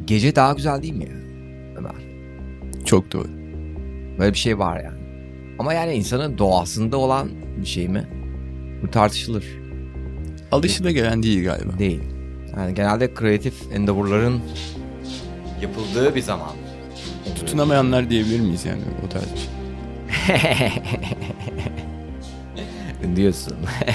gece daha güzel değil mi ya Ömer? Çok doğru. Böyle bir şey var yani. Ama yani insanın doğasında olan bir şey mi? Bu tartışılır. Alışılagelen değil galiba. Değil. Yani genelde kreatif endeavor'ların yapıldığı bir zaman. Tutunamayanlar diyebilir miyiz yani o tarz bir şey? Diyorsun.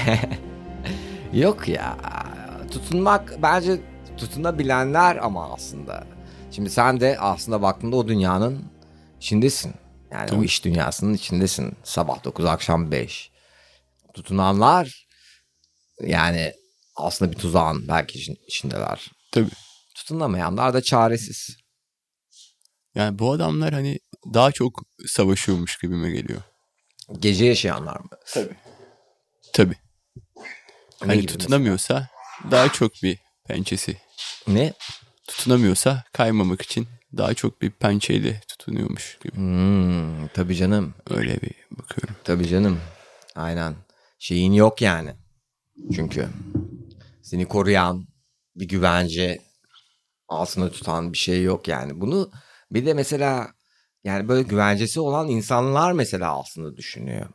Yok ya. Tutunmak bence tutunabilenler ama aslında. Şimdi sen de aslında baktığında o dünyanın içindesin. Yani o iş dünyasının içindesin. Sabah 9 akşam 5. Tutunanlar yani aslında bir tuzağın belki içindeler. Tabii. Tutunamayanlar da çaresiz. Yani bu adamlar hani daha çok savaşıyormuş gibime geliyor. Gece yaşayanlar mı? Tabii. Ne Hani gibi tutunamıyorsa daha çok bir pençesi. Ne? Tutunamıyorsa kaymamak için daha çok bir pençeyle tutunuyormuş gibi. Tabii canım. Öyle bir bakıyorum. Tabii canım. Aynen. Şeyin yok yani. Çünkü seni koruyan bir güvence altında tutan bir şey yok yani. Bunu bir de mesela yani böyle güvencesi olan insanlar mesela aslında düşünüyor.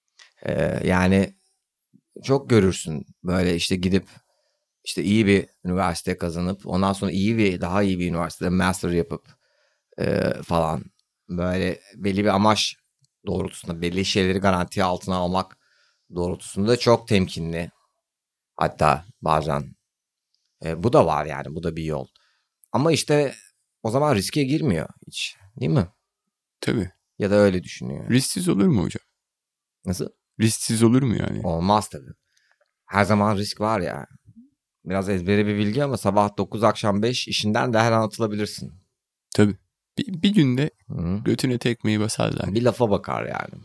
Yani çok görürsün böyle işte gidip işte iyi bir üniversite kazanıp ondan sonra daha iyi bir üniversitede master yapıp falan böyle belli bir amaç doğrultusunda belli şeyleri garanti altına almak doğrultusunda çok temkinli. Hatta bazen bu da var yani bu da bir yol. Ama işte o zaman riske girmiyor hiç değil mi? Tabii. Ya da öyle düşünüyor. Risksiz olur mu hocam? Nasıl? Risksiz olur mu yani? Olmaz tabii. Her zaman risk var ya. Biraz ezbere bir bilgi ama sabah 9 akşam 5 işinden de her an atılabilirsin. Tabii. Bir günde Hı. götüne tekmeyi basarlar. Bir lafa bakar yani.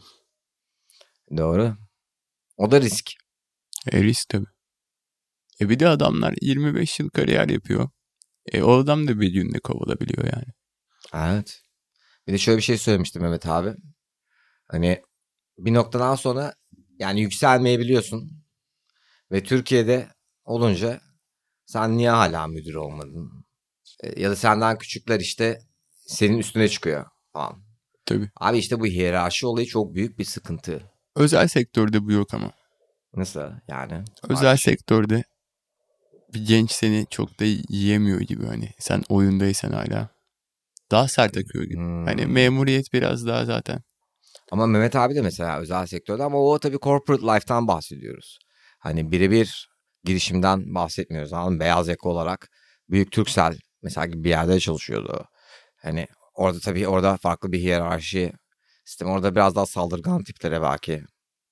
Doğru. O da risk. Risk tabii. Bir de adamlar 25 yıl kariyer yapıyor. O adam da bir günde kovulabiliyor yani. Evet. Bir de şöyle bir şey söylemişti Mehmet abi. Hani bir noktadan sonra yani yükselmeyebiliyorsun. Ve Türkiye'de olunca sen niye hala müdür olmadın? Ya da senden küçükler işte senin üstüne çıkıyor falan. Tabii. Abi işte bu hiyerarşi olayı çok büyük bir sıkıntı. Özel sektörde bu yok ama. Nasıl yani? Özel sektörde bir genç seni çok da yiyemiyor gibi hani. Sen oyundaysan hala. Daha sert akıyor gibi. Hani memuriyet biraz daha zaten. Ama Mehmet abi de mesela özel sektörde ama o tabii corporate life'tan bahsediyoruz. Hani birebir girişimden bahsetmiyoruz. Anladın mı? Beyaz yaka olarak Büyük Turkcell mesela gibi bir yerde çalışıyordu. Hani orada tabii orada farklı bir hiyerarşi sistemi. Orada biraz daha saldırgan tiplere belki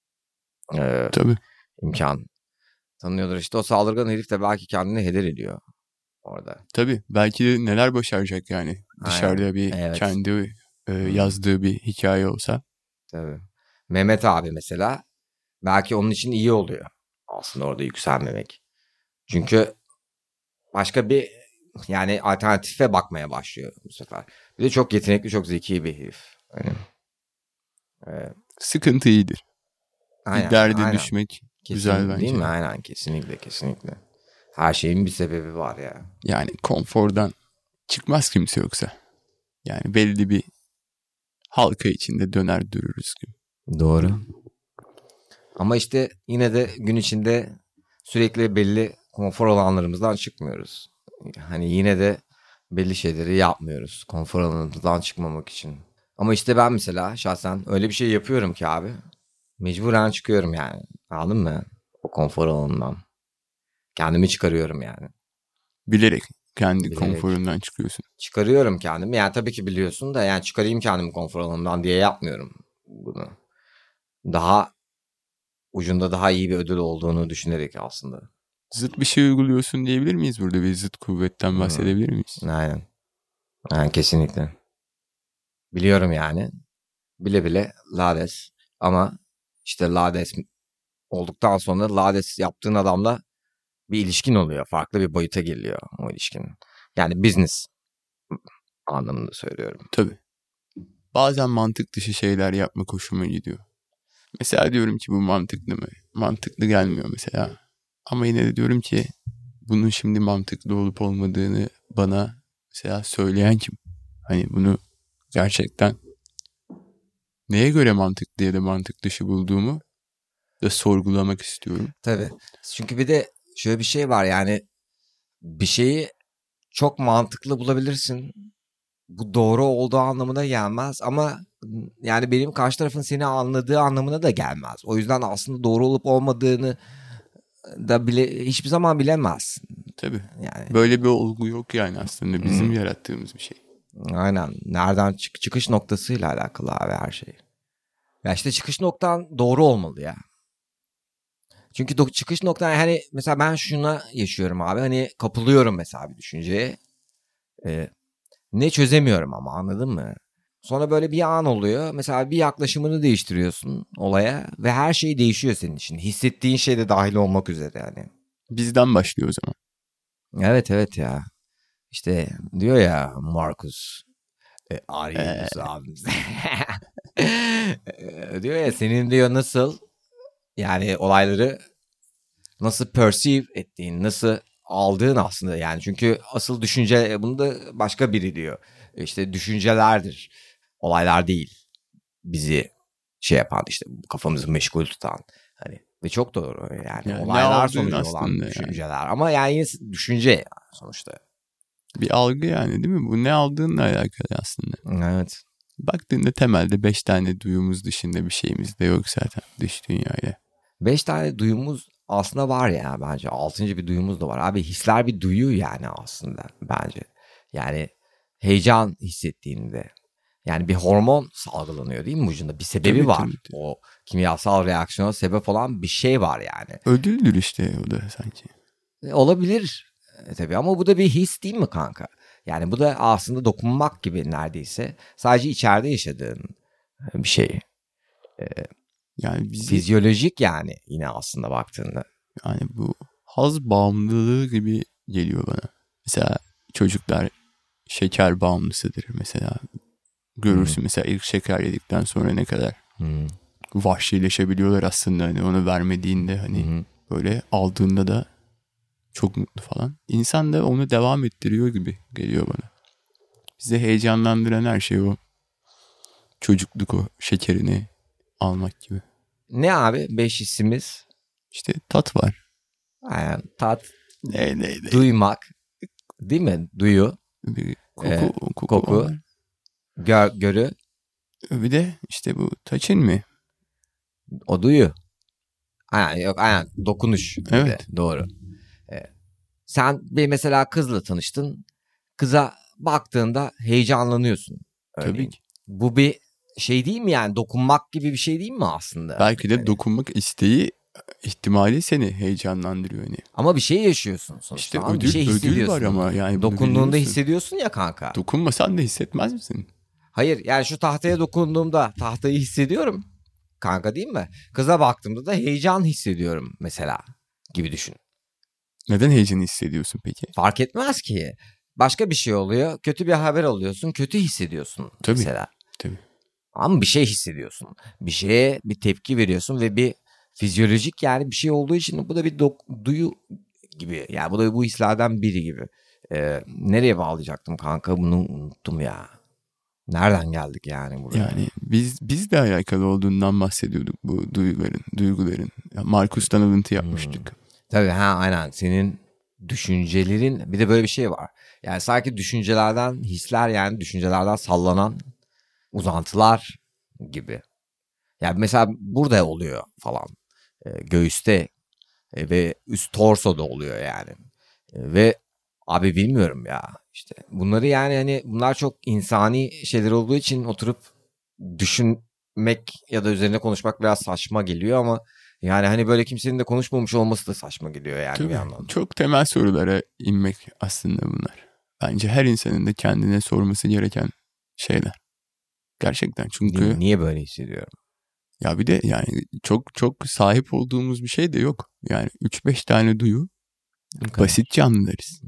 Tabii. imkan tanıyordur. İşte o saldırgan herif de belki kendini heder ediyor orada. Tabii. Belki de neler başaracak yani. Dışarıda Aynen. bir Evet. kendi yazdığı bir hikaye olsa. Tabii. Mehmet abi mesela belki onun için iyi oluyor aslında orada yükselmemek. Çünkü başka bir yani alternatife bakmaya başlıyor bu sefer. Bir de çok yetenekli, çok zeki bir herif. Hani, Sıkıntı iyidir. aynen, Bir derde aynen. düşmek güzel bence. Değil mi? Aynen, kesinlikle, kesinlikle. Her şeyin bir sebebi var ya. Yani konfordan çıkmaz kimse yoksa. Yani belli bir halka içinde döner dururuz gibi. Doğru. Ama işte yine de gün içinde sürekli belli konfor alanlarımızdan çıkmıyoruz. Hani yine de belli şeyleri yapmıyoruz konfor alanımızdan çıkmamak için. Ama işte ben mesela şahsen öyle bir şey yapıyorum ki abi. Mecburen çıkıyorum yani. Anladın mı? O konfor alanından. Kendimi çıkarıyorum yani. Bilerek kendi Bilerek. konforundan çıkıyorsun. Çıkarıyorum kendimi. Yani tabii ki biliyorsun da yani çıkarayım kendimi konfor alanından diye yapmıyorum bunu. Daha ucunda daha iyi bir ödül olduğunu düşünerek aslında. Zıt bir şey uyguluyorsun diyebilir miyiz burada? Bir zıt kuvvetten bahsedebilir miyiz? Aynen. Yani kesinlikle. Biliyorum yani. Bile bile lades. Ama işte lades olduktan sonra lades yaptığın adamla bir ilişkin oluyor. Farklı bir boyuta geliyor o ilişkin. Yani business anlamında söylüyorum. Tabii. Bazen mantık dışı şeyler yapmak hoşuma gidiyor. Mesela diyorum ki bu mantıklı mı? Mantıklı gelmiyor mesela. Ama yine de diyorum ki bunun şimdi mantıklı olup olmadığını bana mesela söyleyen kim? Hani bunu gerçekten neye göre mantıklı ya da mantık dışı bulduğumu da sorgulamak istiyorum. Tabii. Çünkü bir de şöyle bir şey var, yani bir şeyi çok mantıklı bulabilirsin. Bu doğru olduğu anlamına gelmez ama yani benim karşı tarafın seni anladığı anlamına da gelmez. O yüzden aslında doğru olup olmadığını da bile hiçbir zaman bilemezsin. Tabii. Yani Böyle bir olgu yok yani aslında bizim yarattığımız bir şey. aynen. Nereden çıkış noktasıyla alakalı abi her şey. Ya işte çıkış noktan doğru olmalı ya. Çünkü çıkış noktan, hani mesela ben şuna yaşıyorum abi, hani kapılıyorum mesela bir düşünceye. Ne çözemiyorum ama, anladın mı? Sonra böyle bir an oluyor. Mesela bir yaklaşımını değiştiriyorsun olaya ve her şey değişiyor senin için. Hissettiğin şey de dahil olmak üzere yani. Bizden başlıyor o zaman. Evet evet ya. İşte diyor ya Marcus Aurelius abimiz. Diyor ya, senin diyor nasıl, yani olayları nasıl perceive ettiğin, nasıl aldığın aslında yani. Çünkü asıl düşünce, bunu da başka biri diyor. İşte düşüncelerdir. Olaylar değil. Bizi şey yapan, işte kafamızı meşgul tutan. Hani ve çok doğru yani, Yani ne olaylar aldığın sonucu olan aslında düşünceler. Yani. Ama yani yine düşünce yani sonuçta. bir algı yani, değil mi? Bu ne aldığınla alakalı aslında. Evet. Baktığında temelde 5 tane duyumuz dışında bir şeyimiz de yok zaten dış dünyayla. 5 tane duyumuz aslında var ya bence. 6. bir duyumuz da var. Abi hisler bir duyu yani aslında bence. Yani heyecan hissettiğinde, yani bir hormon salgılanıyor değil mi ucunda? Bir sebebi Tabii, var. tabii. O kimyasal reaksiyona sebep olan bir şey var yani. Ödüldür işte o da sanki. Olabilir tabii, ama bu da bir his değil mi kanka? Yani bu da aslında dokunmak gibi neredeyse. Sadece içeride yaşadığın bir şey. Yani bizi, Fizyolojik yani yine aslında baktığında. yani bu haz bağımlılığı gibi geliyor bana. Mesela çocuklar şeker bağımlısıdır mesela. Görürsün mesela ilk şeker yedikten sonra ne kadar vahşileşebiliyorlar aslında. Hani onu vermediğinde hani böyle aldığında da çok mutlu falan. İnsan da onu devam ettiriyor gibi geliyor bana. Bizi heyecanlandıran her şey o. Çocukluk, o şekerini almak gibi. Ne abi 5 hissimiz? İşte tat var. Yani tat, Ne. duymak değil mi? Duyu, Bir e, koku koku, var. görü, Bir de işte bu taçın mı? o duyu. Aynen, yok aynen, dokunuş bir de, Evet. doğru. Sen bir mesela kızla tanıştın. Kıza baktığında heyecanlanıyorsun Tabii örneğin. ki. Bu bir şey değil mi yani, dokunmak gibi bir şey değil mi aslında? Belki de Hani, dokunmak isteği ihtimali seni heyecanlandırıyor hani. ama bir şey yaşıyorsun sonuçta. İşte Ama bir şey ödül var hissediyorsun. ama yani bunu Dokunduğunda biliyorsun. hissediyorsun ya kanka. Dokunmasan da hissetmez misin? Hayır yani, şu tahtaya dokunduğumda tahtayı hissediyorum kanka, değil mi? Kıza baktığımda da heyecan hissediyorum mesela, gibi düşün. Neden heyecanı hissediyorsun peki? Fark etmez ki. Başka bir şey oluyor. Kötü bir haber alıyorsun. Kötü hissediyorsun Tabii. mesela. Tabii. Ama bir şey hissediyorsun. Bir şeye bir tepki veriyorsun ve bir fizyolojik yani bir şey olduğu için bu da bir duyu gibi. Yani bu da bu hislerden biri gibi. Nereye bağlayacaktım kanka, bunu unuttum ya. Nereden geldik yani buraya? Yani biz de alakalı olduğundan bahsediyorduk bu duyguların. Ya Markus'tan alıntı yapmıştık. Tabii aynen, senin düşüncelerin, bir de böyle bir şey var. Yani sanki düşüncelerden hisler, yani düşüncelerden sallanan uzantılar gibi. Yani mesela burada oluyor falan. Göğüste ve üst torsoda oluyor yani. Ve abi bilmiyorum ya, işte bunları yani hani bunlar çok insani şeyler olduğu için oturup düşünmek ya da üzerine konuşmak biraz saçma geliyor, ama yani hani böyle kimsenin de konuşmamış olması da saçma geliyor yani bir Tabii. yandan. Çok temel sorulara inmek aslında bunlar. Bence her insanın da kendine sorması gereken şeyler. Gerçekten çünkü Niye böyle hissediyorum? ya bir de yani çok çok sahip olduğumuz bir şey de yok. Yani 3-5 tane duyu, basit canlılarız.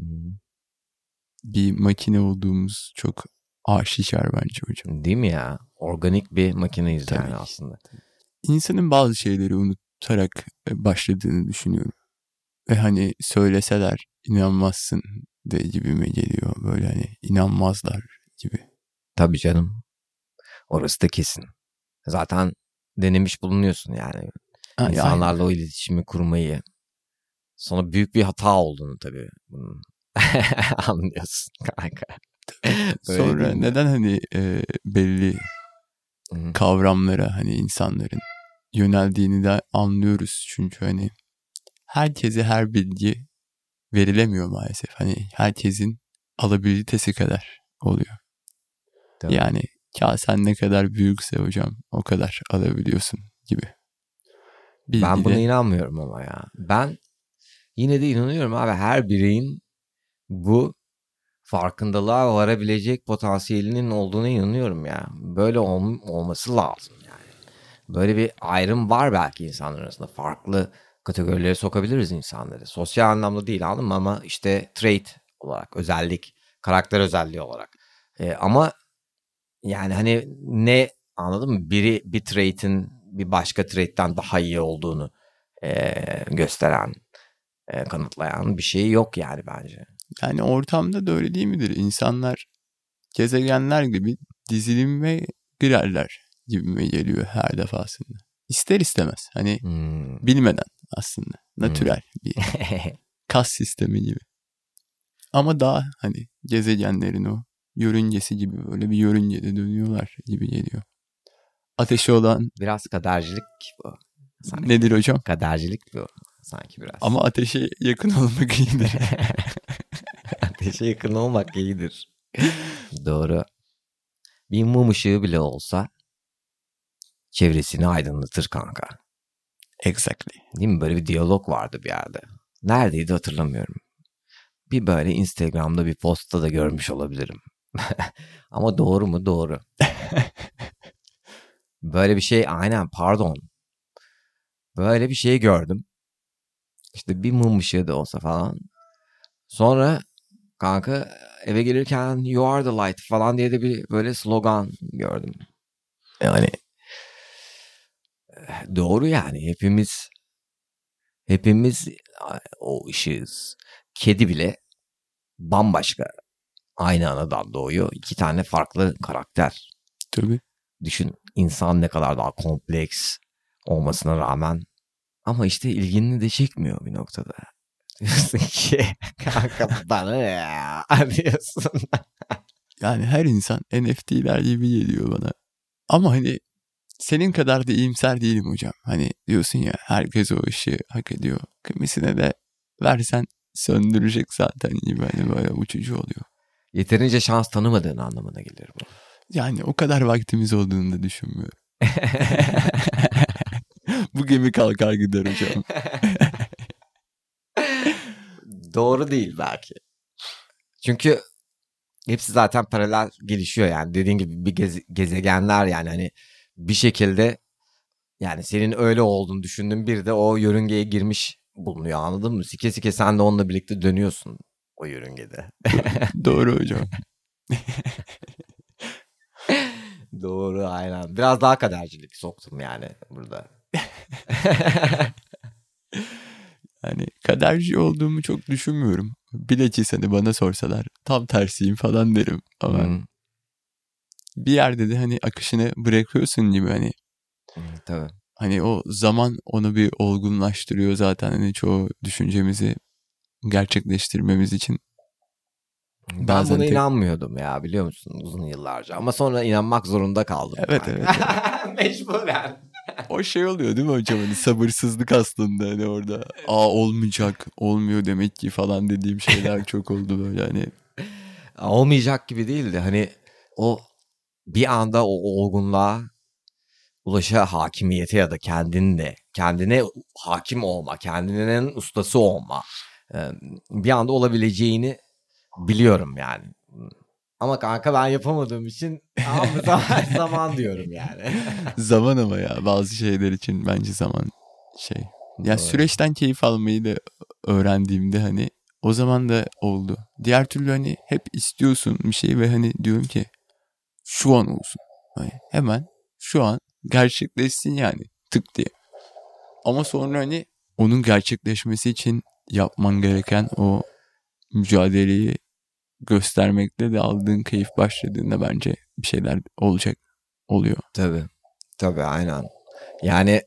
Bir makine olduğumuz çok aşikar bence hocam. Değil mi ya? Organik bir makineyiz Tabii yani ki. aslında. İnsanın bazı şeyleri unutarak başladığını düşünüyorum. Ve hani söyleseler inanmazsın de gibime geliyor. Böyle hani inanmazlar gibi. Tabii canım. Orası da kesin. Zaten denemiş bulunuyorsun yani. İnsanlarla o iletişimi kurmayı. Sonra büyük bir hata olduğunu tabii bunun anlıyorsun kanka. Sonra neden hani belli kavramlara hani insanların yöneldiğini de anlıyoruz. Çünkü hani herkese her bilgi verilemiyor maalesef. Hani herkesin alabilitesi kadar oluyor. Tabii. Yani kasen ne kadar büyükse hocam o kadar alabiliyorsun gibi. Ben buna inanmıyorum ama ya. Ben yine de inanıyorum abi, her bireyin bu farkındalığa varabilecek potansiyelinin olduğuna inanıyorum ya. Böyle olması lazım yani. Böyle bir ayrım var belki insanlar arasında. Farklı kategorilere sokabiliriz insanları. Sosyal anlamda değil, anladın mı? Ama işte trait olarak, özellik, karakter özelliği olarak. Ama yani hani ne, anladın mı? Bir trait'in bir başka trait'ten daha iyi olduğunu gösteren, kanıtlayan bir şey yok yani bence. Yani ortamda da öyle değil midir? İnsanlar gezegenler gibi dizilime girerler gibime geliyor her defasında. İster istemez. Hani bilmeden aslında. Natürel bir kas sistemi gibi. Ama daha hani gezegenlerin o yörüngesi gibi böyle bir yörüngede dönüyorlar gibi geliyor. Ateşi olan... Biraz kadercilik bu. Sanki. Nedir hocam? Kadercilik bu sanki biraz. Ama ateşe yakın olmak iyidir. Ateşe yakın olmak iyidir. Doğru. Bir mum ışığı bile olsa çevresini aydınlatır kanka. Exactly. Değil mi? Böyle bir diyalog vardı bir yerde. Neredeydi hatırlamıyorum. Bir böyle Instagram'da bir postta da görmüş olabilirim. Ama doğru mu? Doğru. Böyle bir şey, aynen, pardon. Böyle bir şey gördüm. İşte bir mum ışığı da olsa falan. Sonra kanka eve gelirken "You are the light" falan diye de bir böyle slogan gördüm. Yani doğru yani, hepimiz o ışığız. Kedi bile bambaşka, aynı anadan doğuyor. 2 tane farklı karakter. Tabii. Düşün, insan ne kadar daha kompleks olmasına rağmen, ama işte ilgini de çekmiyor bir noktada. Diyorsun ki kanka bana ya diyorsun. Yani her insan NFT'ler gibi geliyor bana. Ama hani senin kadar da iyimser değilim hocam. Hani diyorsun ya, herkes o ışığı hak ediyor. Kimisine de versen söndürecek zaten gibi, hani böyle uçucu oluyor. Yeterince şans tanımadığın anlamına gelir bu. Yani o kadar vaktimiz olduğunu da düşünmüyorum. Bu gemi kalkar gider hocam. Doğru değil belki. Çünkü hepsi zaten paralel gelişiyor yani. Dediğin gibi bir gezegenler yani, hani bir şekilde yani senin öyle olduğunu düşündüğün bir de o yörüngeye girmiş bulunuyor, anladın mı? Sike sike sen de onunla birlikte dönüyorsun o yörüngede. Doğru hocam. Doğru, aynen. Biraz daha kadercilik soktum yani burada. Yani kaderci olduğumu çok düşünmüyorum. Bilakis hani bana sorsalar tam tersiyim falan derim. Ama bir yerde de hani akışını bırakıyorsun gibi, hani. Tabii. Hani o zaman onu bir olgunlaştırıyor zaten, hani çoğu düşüncemizi gerçekleştirmemiz için. Ben buna inanmıyordum ya, biliyor musun, uzun yıllarca. Ama sonra inanmak zorunda kaldım. Evet, evet. Mecburen. O şey oluyor değil mi hocam? Hani sabırsızlık aslında, hani orada. Olmayacak, olmuyor demek ki falan dediğim şeyler çok oldu böyle hani. Olmayacak gibi değildi. Hani o bir anda o olgunluğa hakimiyete ya da kendine hakim olma, kendinin ustası olma bir anda olabileceğini biliyorum yani. Ama kanka ben yapamadığım için zaman diyorum yani. Zaman ama ya bazı şeyler için bence zaman şey. Ya süreçten keyif almayı da öğrendiğimde hani o zaman da oldu. Diğer türlü hani hep istiyorsun bir şey ve hani diyorum ki şu an olsun. Hani hemen şu an gerçekleşsin yani, tık diye. Ama sonra hani onun gerçekleşmesi için yapman gereken o mücadeleyi göstermekte de aldığın keyif başladığında bence bir şeyler oluyor. Tabii aynen. Yani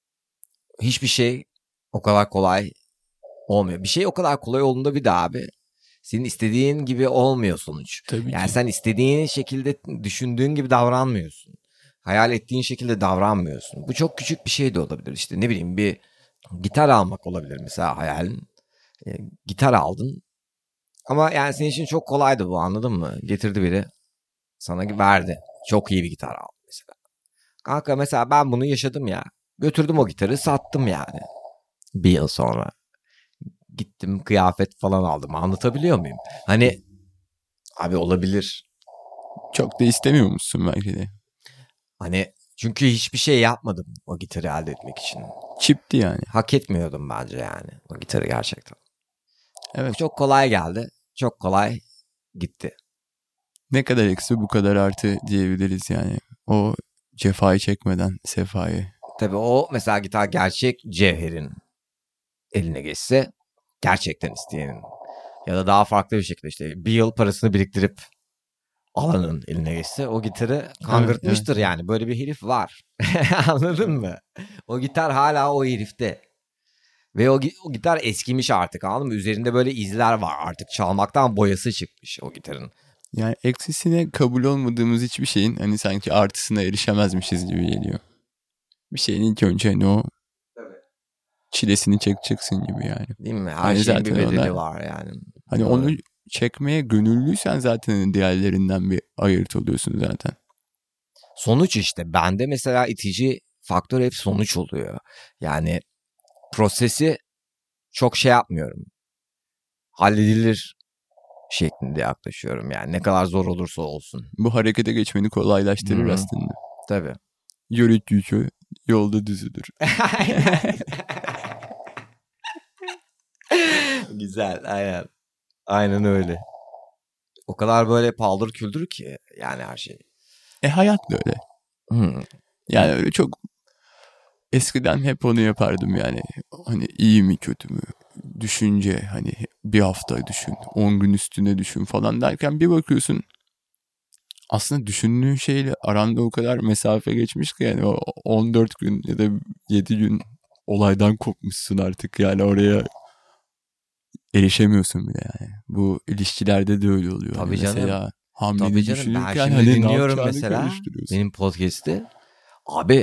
hiçbir şey o kadar kolay olmuyor. Bir şey o kadar kolay olduğunda bir de abi senin istediğin gibi olmuyor sonuç. Tabii yani ki. sen istediğin şekilde düşündüğün gibi davranmıyorsun. Hayal ettiğin şekilde davranmıyorsun. Bu çok küçük bir şey de olabilir. İşte ne bileyim bir gitar almak olabilir mesela hayalin. Gitar aldın. Ama yani senin için çok kolaydı bu, anladın mı? Getirdi biri sana verdi. Çok iyi bir gitar aldı mesela. Kanka mesela ben bunu yaşadım ya. Götürdüm o gitarı, sattım yani. Bir yıl sonra. Gittim kıyafet falan aldım. Anlatabiliyor muyum? Hani abi olabilir. Çok da istemiyor musun belki de? Hani çünkü hiçbir şey yapmadım o gitarı elde etmek için. Çipti yani. Hak etmiyordum bence yani o gitarı gerçekten. Evet. Çok kolay geldi. Çok kolay gitti. Ne kadar eksi bu kadar artı diyebiliriz yani. O cefayı çekmeden sefayı. Tabii o mesela gitar gerçek cevherin eline geçse, gerçekten isteyenin ya da daha farklı bir şekilde işte bir yıl parasını biriktirip alanın eline geçse o gitarı kangırtmıştır evet. yani. Böyle bir herif var. Anladın mı? O gitar hala o herifte. Ve o gitar eskimiş artık, anladın mı? Üzerinde böyle izler var, artık çalmaktan boyası çıkmış o gitarın. Yani eksisine kabul olmadığımız hiçbir şeyin hani sanki artısına erişemezmişiz gibi geliyor. Bir şeyin ilk önce hani o çilesini çekeceksin gibi yani. Değil mi? Her Hani şeyin bir zaten bedeli ona, var yani. hani Doğru. onu çekmeye gönüllüysen zaten diğerlerinden bir ayırt oluyorsun zaten. Sonuç işte. Bende mesela itici faktör hep sonuç oluyor. Yani prosesi çok şey yapmıyorum. Halledilir şeklinde yaklaşıyorum yani. Ne kadar zor olursa olsun. Bu harekete geçmeni kolaylaştırır Hı-hı. aslında. Tabii. Yörük yükü yolda düzülür. Güzel, aynen. Aynen öyle. O kadar böyle paldır küldür ki yani her şey. Hayat böyle. Hmm. Yani öyle çok eskiden hep onu yapardım yani. Hani iyi mi kötü mü? Düşünce hani bir hafta düşün, 10 gün üstüne düşün falan derken bir bakıyorsun aslında düşündüğün şeyle aranda o kadar mesafe geçmiş ki yani o 14 gün ya da 7 gün olaydan kopmuşsun artık yani oraya erişemiyorsun bile yani. Bu ilişkilerde de öyle oluyor. Tabii Hani canım. mesela Tabii hamleni canım. Ben düşünürken şimdi hani ne dinliyorum yapacağını mesela karıştırıyorsun. benim podcast'i. Abi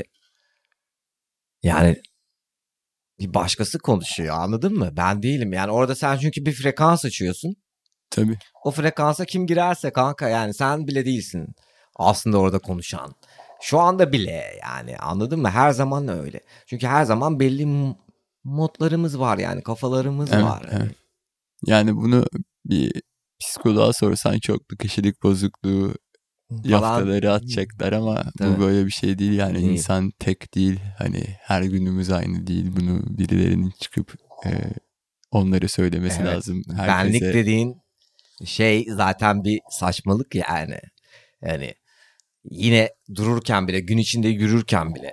yani bir başkası konuşuyor, anladın mı? Ben değilim. Yani orada sen çünkü bir frekans açıyorsun. Tabii. O frekansa kim girerse kanka yani sen bile değilsin aslında orada konuşan. Şu anda bile yani, anladın mı? Her zaman öyle. Çünkü her zaman belli modlarımız var yani, kafalarımız Evet, var. evet. Yani bunu bir psikoloğa sorsan çoklu kişilik bozukluğu Falan. yaftaları atacaklar ama bu Tabii. böyle bir şey değil yani Değil. insan tek değil hani her günümüz aynı değil bunu birilerinin çıkıp onları söylemesi Evet. lazım Benlik herkese. dediğin şey zaten bir saçmalık yani. Yani yine dururken bile, gün içinde yürürken bile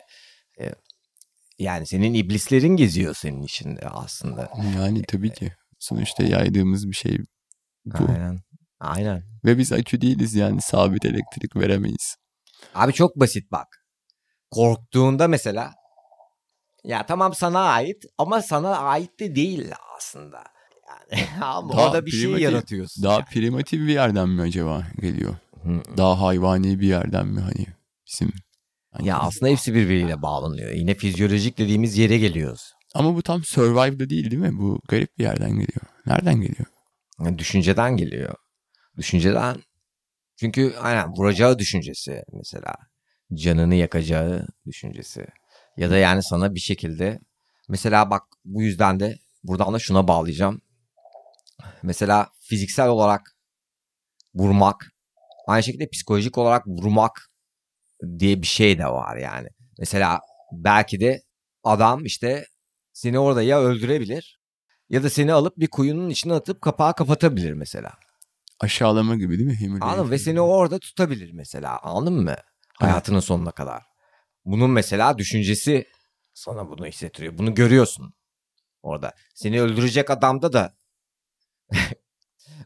yani senin iblislerin geziyor senin içinde aslında. Yani tabii ki sonuçta yaydığımız bir şey bu. Aynen. Aynen. Ve biz akü değiliz yani sabit elektrik veremeyiz. Abi çok basit bak. Korktuğunda mesela, ya tamam sana ait ama sana ait de değil aslında. Yani ama orada bir şey yaratıyorsun. Daha yani. primitif bir yerden mi acaba geliyor? Hı. Daha hayvani bir yerden mi hani bizim? Hani Ya aslında hepsi birbiriyle bağlanıyor. Yine fizyolojik dediğimiz yere geliyoruz. ama bu tam survive'da değil mi? Bu garip bir yerden geliyor. Nereden geliyor? Yani düşünceden geliyor. Düşünceden, çünkü aynen vuracağı düşüncesi mesela. Canını yakacağı düşüncesi. Ya da yani sana bir şekilde, mesela bak bu yüzden de buradan da şuna bağlayacağım. Mesela fiziksel olarak vurmak, aynı şekilde psikolojik olarak vurmak diye bir şey de var yani. Mesela belki de adam işte seni orada ya öldürebilir ya da seni alıp bir kuyunun içine atıp kapağı kapatabilir mesela. Aşağılama gibi değil mi? Anladın mı? Ve Humiliation seni gibi. orada tutabilir mesela. Anladın mı? Evet. Hayatının sonuna kadar. Bunun mesela düşüncesi sana bunu hissettiriyor. Bunu görüyorsun orada. Seni öldürecek adamda da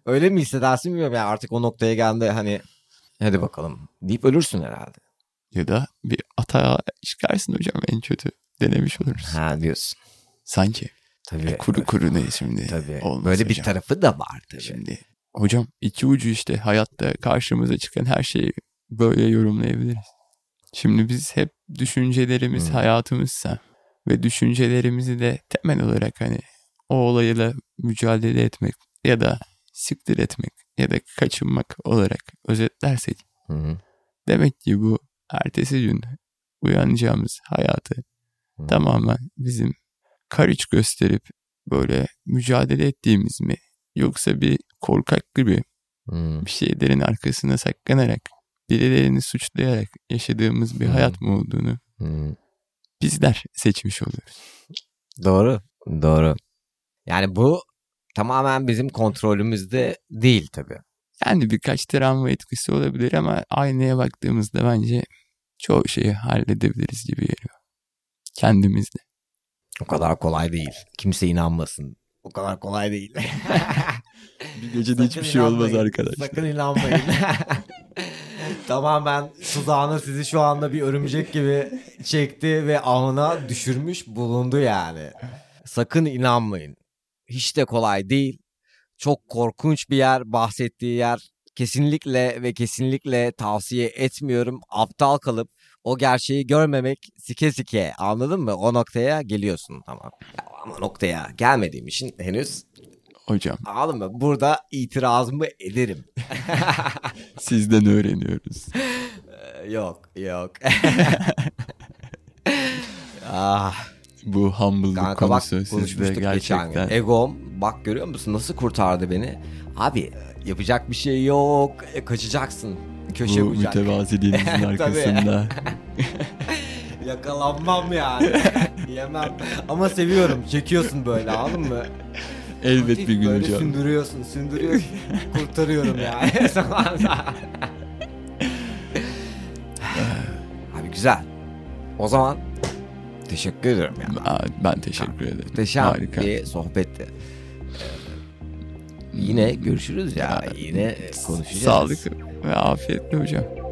Öyle mi hissedersin bilmiyorum yani, artık o noktaya geldi hani hadi bakalım deyip ölürsün herhalde. Ya da bir atağa çıkarsın hocam, en kötü. Denemiş oluruz. Ha diyorsun. Sanki. Tabii. Kuru ne şimdi? Tabii. Olmaz böyle hocam. bir tarafı da var tabii. Şimdi hocam iki ucu işte hayatta karşımıza çıkan her şeyi böyle yorumlayabiliriz. Şimdi biz hep düşüncelerimiz hayatımızsa ve düşüncelerimizi de temel olarak hani o olayla mücadele etmek ya da siktir etmek ya da kaçınmak olarak özetlersek, demek ki bu ertesi gün uyanacağımız hayatı tamamen bizim courage gösterip böyle mücadele ettiğimiz mi, yoksa bir korkak gibi bir şeylerin arkasına saklanarak birilerini suçlayarak yaşadığımız bir hayat mı olduğunu bizler seçmiş oluyoruz. Doğru. Yani bu tamamen bizim kontrolümüzde değil tabii. Yani birkaç travma etkisi olabilir ama aynaya baktığımızda bence çoğu şeyi halledebiliriz gibi geliyor. Kendimizde. O kadar kolay değil. Kimse inanmasın. O kadar kolay değil. Bir gecede hiçbir şey olmaz arkadaşlar. Sakın inanmayın. Tamamen tuzağına sizi şu anda bir örümcek gibi çekti ve ağına düşürmüş bulundu yani. Sakın inanmayın. Hiç de kolay değil. Çok korkunç bir yer, bahsettiği yer. Kesinlikle tavsiye etmiyorum. Aptal kalıp o gerçeği görmemek, sike anladın mı? O noktaya geliyorsun tamam. Ama noktaya gelmediğim için henüz hocam, anladın mı? Burada itirazımı ederim. Sizden öğreniyoruz. Yok. Bu humble'lık konusu sizde gerçekten. Egom bak görüyor musun nasıl kurtardı beni? Abi yapacak bir şey yok. Kaçacaksın. Köşe bu bucak. mütevaziliğinizin arkasında. Yakalanmam yani. Yemem. Ama seviyorum. Çekiyorsun böyle anladın mı? Elbet bir gün böyle hocam. Sündürüyorsun. Kurtarıyorum yani. Abi güzel. O zaman teşekkür ederim ya. Ben teşekkür ederim. Muhteşem Harika. bir sohbetti. Yine görüşürüz ya. Yine konuşacağız. Sağlık ve afiyetle hocam.